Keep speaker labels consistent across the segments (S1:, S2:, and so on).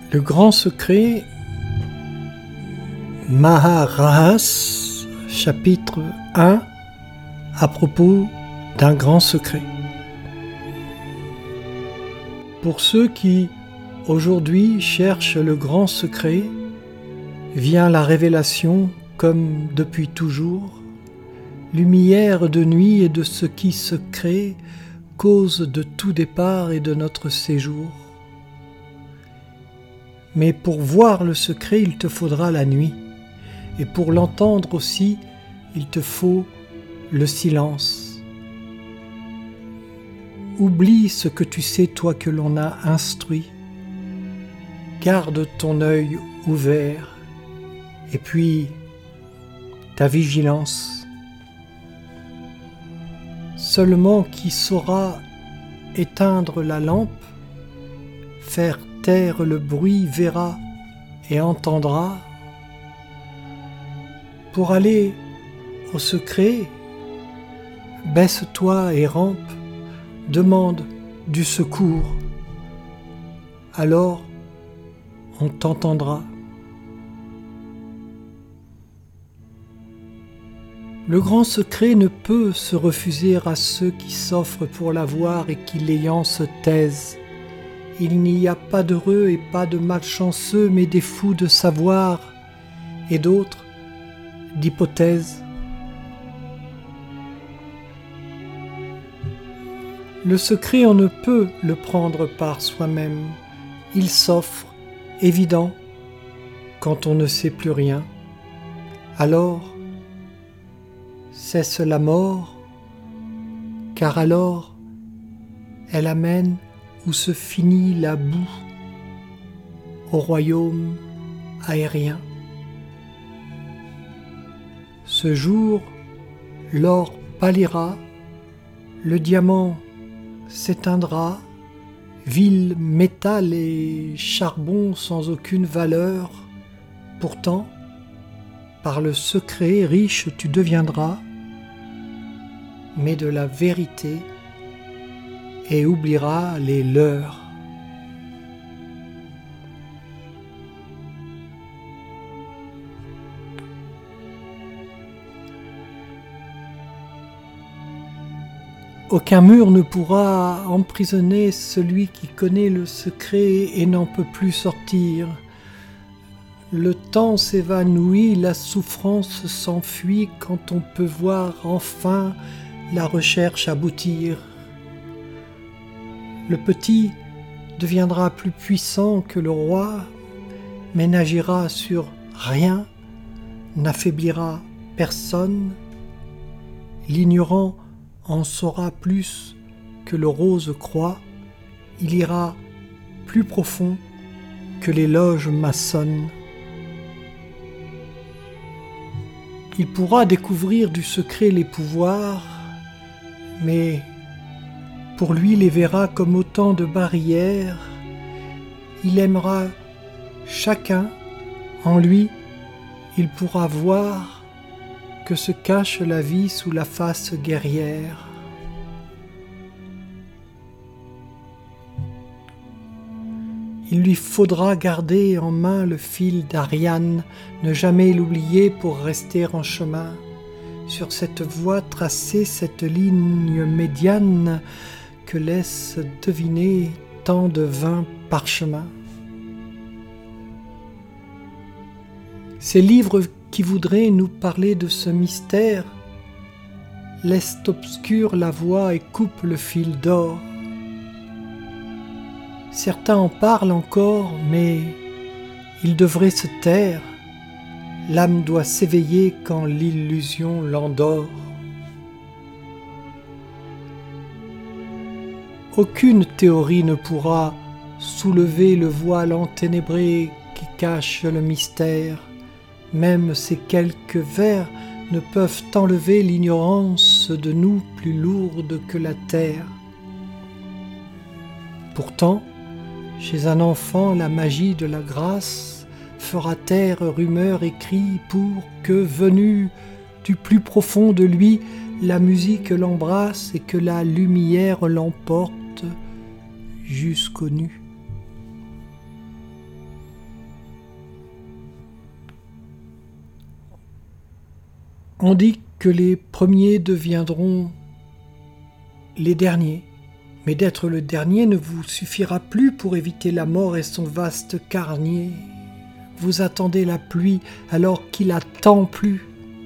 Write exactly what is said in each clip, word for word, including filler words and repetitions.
S1: Le grand secret, Maharahas, chapitre un, à propos d'un grand secret. Pour ceux qui, aujourd'hui, cherchent le grand secret, vient la révélation, comme depuis toujours, lumière de nuit et de ce qui se crée, cause de tout départ et de notre séjour. Mais pour voir le secret, il te faudra la nuit, et pour l'entendre aussi, il te faut le silence. Oublie ce que tu sais, toi que l'on a instruit. Garde ton œil ouvert, et puis ta vigilance. Seulement qui saura éteindre la lampe, faire taire le bruit, verra et entendra. Pour aller au secret, baisse-toi et rampe, demande du secours. Alors on t'entendra. Le grand secret ne peut se refuser à ceux qui s'offrent pour l'avoir et qui l'ayant se taisent. Il n'y a pas d'heureux et pas de malchanceux, mais des fous de savoir et d'autres d'hypothèses. Le secret, on ne peut le prendre par soi-même. Il s'offre, évident, quand on ne sait plus rien. Alors, cesse la mort, car alors, elle amène où se finit la boue, au royaume aérien. Ce jour, l'or pâlira, le diamant s'éteindra, vil métal et charbon sans aucune valeur. Pourtant, par le secret riche tu deviendras, mais de la vérité, et oublieras les leurs. Aucun mur ne pourra emprisonner celui qui connaît le secret et n'en peut plus sortir. Le temps s'évanouit, la souffrance s'enfuit quand on peut voir enfin la recherche aboutir. Le petit deviendra plus puissant que le roi, mais n'agira sur rien, n'affaiblira personne. L'ignorant en saura plus que le rose croit, il ira plus profond que les loges maçonnes. Il pourra découvrir du secret les pouvoirs, mais pour lui les verra comme autant de barrières. Il aimera chacun, en lui il pourra voir que se cache la vie sous la face guerrière. Il lui faudra garder en main le fil d'Ariane, ne jamais l'oublier pour rester en chemin. Sur cette voie tracée, cette ligne médiane que laisse deviner tant de vains parchemins. Ces livres qui voudraient nous parler de ce mystère laissent obscure la voie et coupent le fil d'or. Certains en parlent encore, mais ils devraient se taire. L'âme doit s'éveiller quand l'illusion l'endort. Aucune théorie ne pourra soulever le voile enténébré qui cache le mystère. Même ces quelques vers ne peuvent enlever l'ignorance de nous plus lourde que la terre. Pourtant, chez un enfant, la magie de la grâce fera taire rumeurs et cris pour que, venu du plus profond de lui, la musique l'embrasse et que la lumière l'emporte jusqu'aux nues. On dit que les premiers deviendront les derniers, mais d'être le dernier ne vous suffira plus pour éviter la mort et son vaste carnier. Vous attendez la pluie alors qu'il attend plus.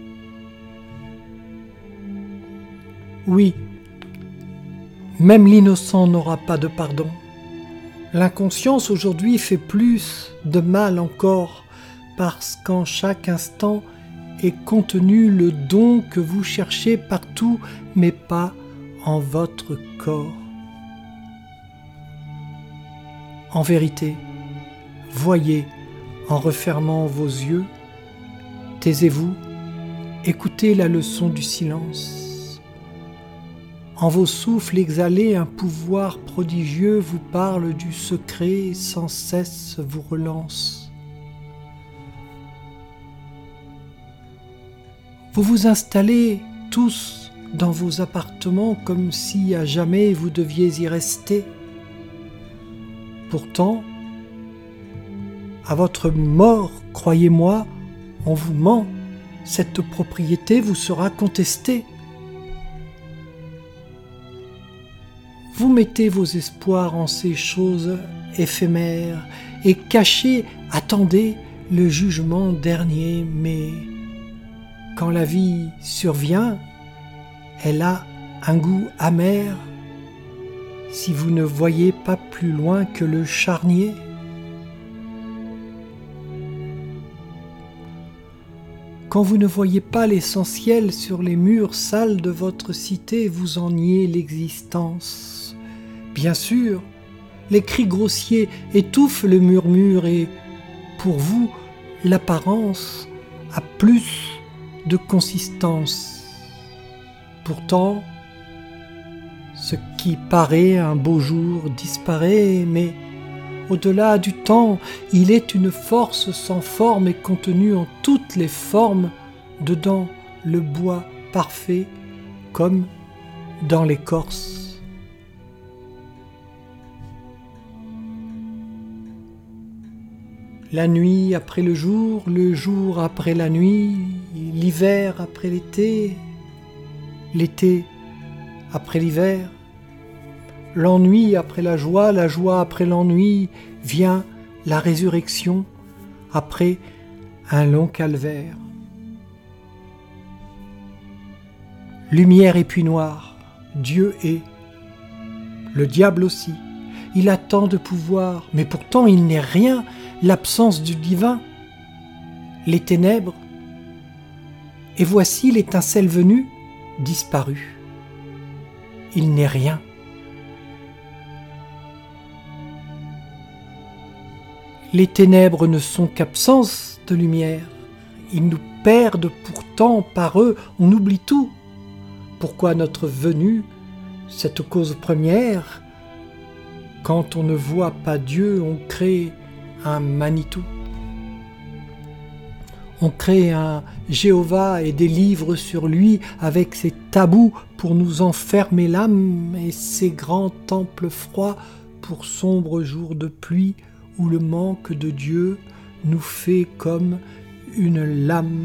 S1: Oui, même l'innocent n'aura pas de pardon. L'inconscience aujourd'hui fait plus de mal encore, parce qu'en chaque instant est contenu le don que vous cherchez partout, mais pas en votre corps. En vérité, voyez en refermant vos yeux, taisez-vous, écoutez la leçon du silence. En vos souffles exhalés, un pouvoir prodigieux vous parle du secret et sans cesse vous relance. Vous vous installez tous dans vos appartements comme si à jamais vous deviez y rester. Pourtant, à votre mort, croyez-moi, on vous ment, cette propriété vous sera contestée. Vous mettez vos espoirs en ces choses éphémères et cachez, attendez le jugement dernier, mais quand la vie survient, elle a un goût amer si vous ne voyez pas plus loin que le charnier. Quand vous ne voyez pas l'essentiel sur les murs sales de votre cité, vous en niez l'existence. Bien sûr, les cris grossiers étouffent le murmure et, pour vous, l'apparence a plus de consistance. Pourtant, ce qui paraît un beau jour disparaît, mais au-delà du temps, il est une force sans forme et contenue en toutes les formes, dedans le bois parfait, comme dans l'écorce. La nuit après le jour, le jour après la nuit, l'hiver après l'été, l'été après l'hiver, l'ennui après la joie, la joie après l'ennui, vient la résurrection après un long calvaire. Lumière et puis noir, Dieu est, le diable aussi. Il a tant de pouvoir, mais pourtant il n'est rien, l'absence du divin, les ténèbres. Et voici l'étincelle venue, disparue. Il n'est rien. Les ténèbres ne sont qu'absence de lumière. Ils nous perdent pourtant, par eux, on oublie tout. Pourquoi notre venue, cette cause première? Quand on ne voit pas Dieu, on crée un Manitou. On crée un Jéhovah et des livres sur lui avec ses tabous pour nous enfermer l'âme et ses grands temples froids pour sombres jours de pluie où le manque de Dieu nous fait comme une lame.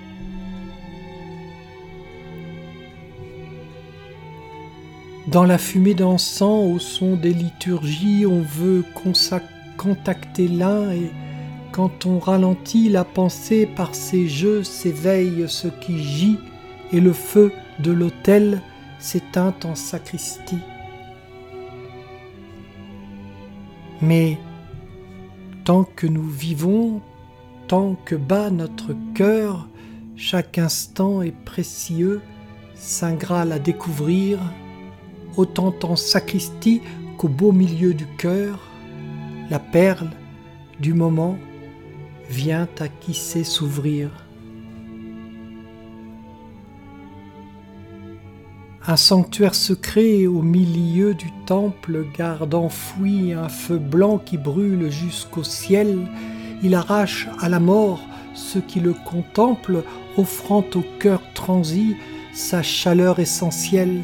S1: Dans la fumée d'encens, au son des liturgies, on veut contacter l'un et quand on ralentit la pensée par ces jeux s'éveille ce qui gît et le feu de l'autel s'éteint en sacristie. Mais tant que nous vivons, tant que bat notre cœur, chaque instant est précieux, Saint Graal à découvrir, autant en sacristie qu'au beau milieu du cœur, la perle du moment vient à qui sait s'ouvrir. Un sanctuaire secret au milieu du temple garde enfoui un feu blanc qui brûle jusqu'au ciel. Il arrache à la mort ceux qui le contemplent, offrant au cœur transi sa chaleur essentielle.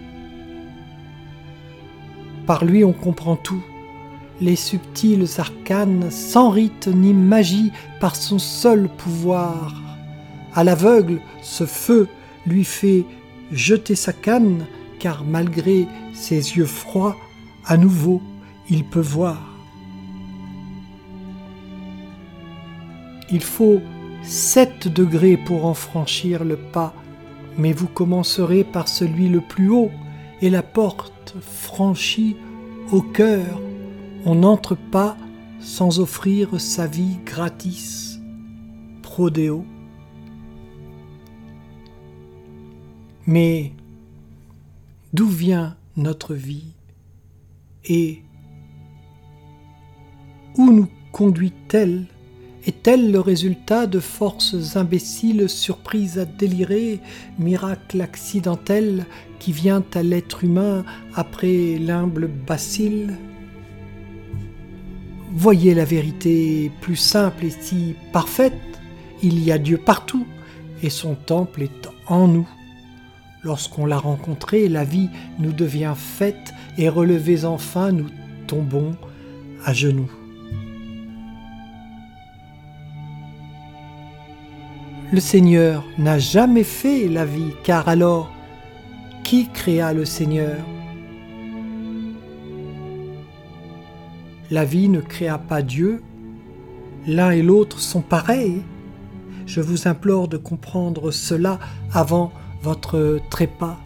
S1: Par lui on comprend tout, les subtils arcanes, sans rite ni magie, par son seul pouvoir. À l'aveugle, ce feu lui fait jeter sa canne, car malgré ses yeux froids, à nouveau, il peut voir. Il faut sept degrés pour en franchir le pas, mais vous commencerez par celui le plus haut, et la porte franchie au cœur, on n'entre pas sans offrir sa vie gratis. Prodéo. Mais d'où vient notre vie et où nous conduit-elle? Est-elle le résultat de forces imbéciles surprises à délirer, miracle accidentel qui vient à l'être humain après l'humble bacille? Voyez la vérité plus simple et si parfaite, il y a Dieu partout et son temple est en nous. Lorsqu'on l'a rencontré, la vie nous devient faite et relevés enfin, nous tombons à genoux. Le Seigneur n'a jamais fait la vie, car alors, qui créa le Seigneur? La vie ne créa pas Dieu, l'un et l'autre sont pareils. Je vous implore de comprendre cela avant votre trépas,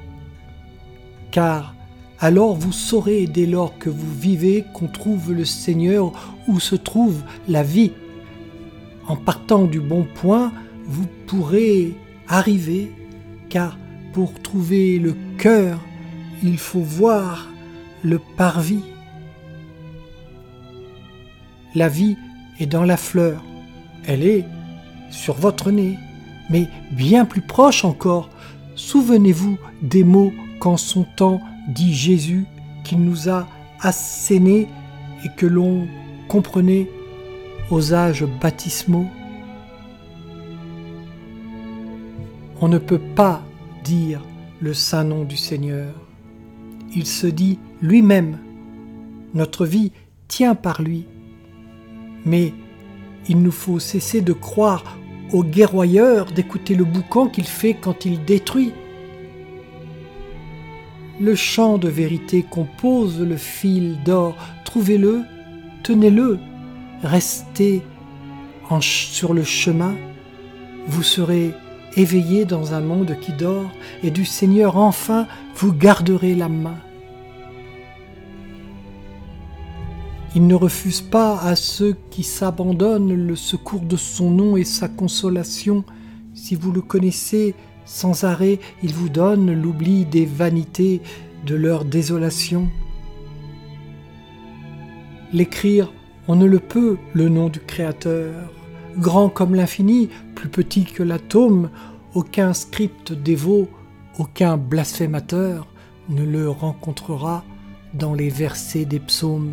S1: car alors vous saurez dès lors que vous vivez qu'on trouve le Seigneur où se trouve la vie. En partant du bon point, vous pourrez arriver, car pour trouver le cœur, il faut voir le parvis. La vie est dans la fleur, elle est sur votre nez, mais bien plus proche encore. Souvenez-vous des mots qu'en son temps dit Jésus, qu'il nous a assénés et que l'on comprenait aux âges baptismaux. On ne peut pas dire le saint nom du Seigneur. Il se dit lui-même. Notre vie tient par lui. Mais il nous faut cesser de croire au guerroyeur, d'écouter le boucan qu'il fait quand il détruit. Le chant de vérité compose le fil d'or. Trouvez-le, tenez-le, restez en ch- sur le chemin. Vous serez éveillés dans un monde qui dort, et du Seigneur enfin vous garderez la main. Il ne refuse pas à ceux qui s'abandonnent le secours de son nom et sa consolation. Si vous le connaissez sans arrêt, il vous donne l'oubli des vanités de leur désolation. L'écrire, on ne le peut, le nom du Créateur. Grand comme l'infini, plus petit que l'atome, aucun script dévot, aucun blasphémateur ne le rencontrera dans les versets des psaumes.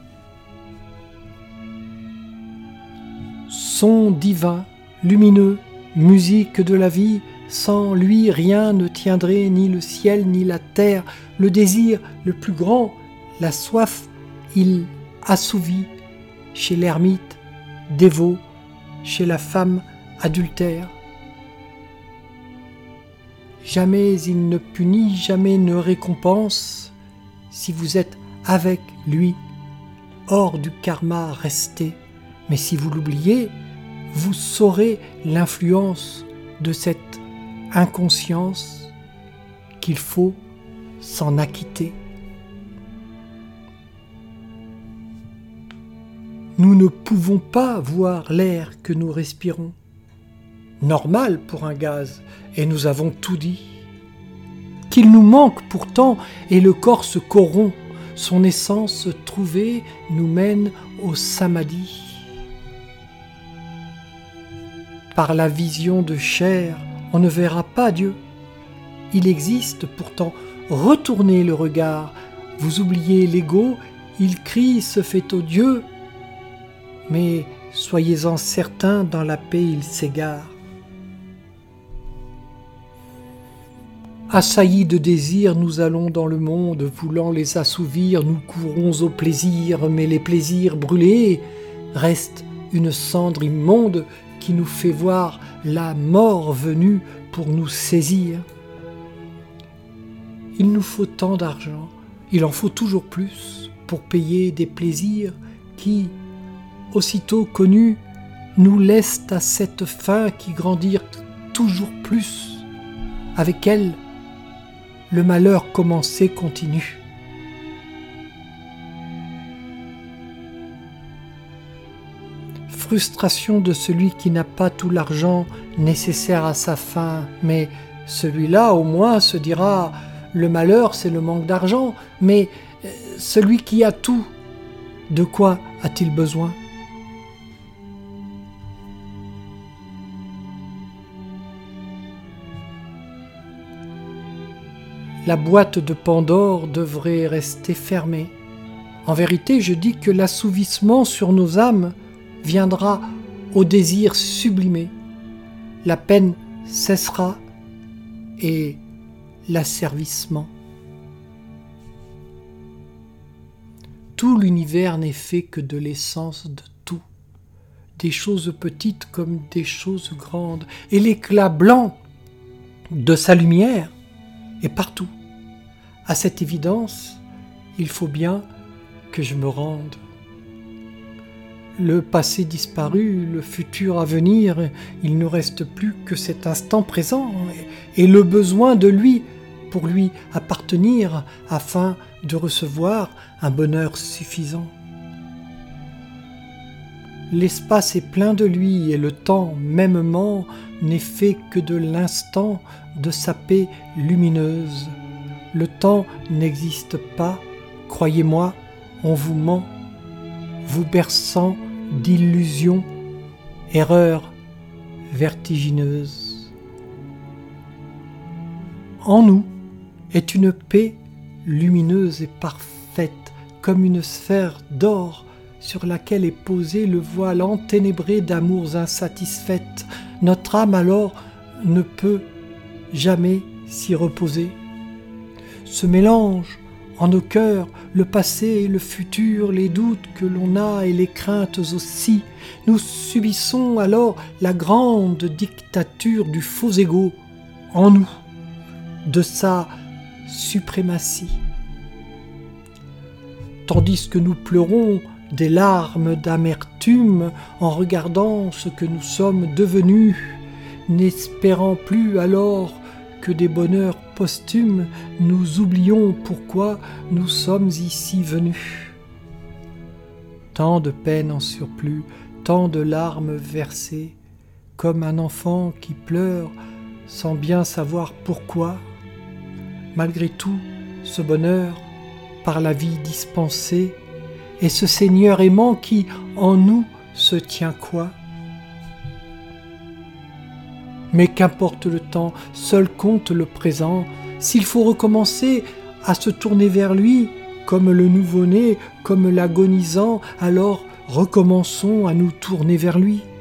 S1: Son divin, lumineux, musique de la vie, sans lui rien ne tiendrait, ni le ciel ni la terre. Le désir le plus grand, la soif, il assouvit chez l'ermite dévot, chez la femme adultère. Jamais il ne punit, jamais ne récompense. Si vous êtes avec lui, hors du karma, restez. Mais si vous l'oubliez, vous saurez l'influence de cette inconscience qu'il faut s'en acquitter. Nous ne pouvons pas voir l'air que nous respirons. Normal pour un gaz, et nous avons tout dit. Qu'il nous manque pourtant, et le corps se corrompt. Son essence trouvée nous mène au samadhi. Par la vision de chair, on ne verra pas Dieu. Il existe pourtant. Retournez le regard. Vous oubliez l'ego, il crie, se fait odieux. Mais soyez-en certains, dans la paix il s'égare. Assaillis de désirs, nous allons dans le monde, voulant les assouvir, nous courons au plaisir, mais les plaisirs brûlés restent une cendre immonde qui nous fait voir la mort venue pour nous saisir. Il nous faut tant d'argent, il en faut toujours plus pour payer des plaisirs qui, aussitôt connus, nous laissent à cette fin qui grandir toujours plus. Avec elle, le malheur commencé continue. Frustration de celui qui n'a pas tout l'argent nécessaire à sa fin, mais celui-là au moins se dira « le malheur c'est le manque d'argent », mais celui qui a tout, de quoi a-t-il besoin ? La boîte de Pandore devrait rester fermée. En vérité, je dis que l'assouvissement sur nos âmes viendra au désir sublimé. La peine cessera et l'asservissement. Tout l'univers n'est fait que de l'essence de tout, des choses petites comme des choses grandes, et l'éclat blanc de sa lumière est partout. À cette évidence, il faut bien que je me rende. Le passé disparu, le futur à venir, il ne reste plus que cet instant présent et le besoin de lui pour lui appartenir afin de recevoir un bonheur suffisant. L'espace est plein de lui et le temps mêmement n'est fait que de l'instant de sa paix lumineuse. Le temps n'existe pas, croyez-moi, on vous ment, vous berçant d'illusions, erreurs vertigineuses. En nous est une paix lumineuse et parfaite, comme une sphère d'or sur laquelle est posé le voile enténébré d'amours insatisfaites. Notre âme alors ne peut jamais s'y reposer. Ce mélange en nos cœurs, le passé et le futur, les doutes que l'on a et les craintes aussi, nous subissons alors la grande dictature du faux ego en nous, de sa suprématie. Tandis que nous pleurons des larmes d'amertume en regardant ce que nous sommes devenus, n'espérant plus alors que des bonheurs posthumes, nous oublions pourquoi nous sommes ici venus. Tant de peines en surplus, tant de larmes versées, comme un enfant qui pleure sans bien savoir pourquoi. Malgré tout, ce bonheur, par la vie dispensée, et ce Seigneur aimant qui, en nous, se tient quoi ? Mais qu'importe le temps, seul compte le présent. S'il faut recommencer à se tourner vers lui, comme le nouveau-né, comme l'agonisant, alors recommençons à nous tourner vers lui.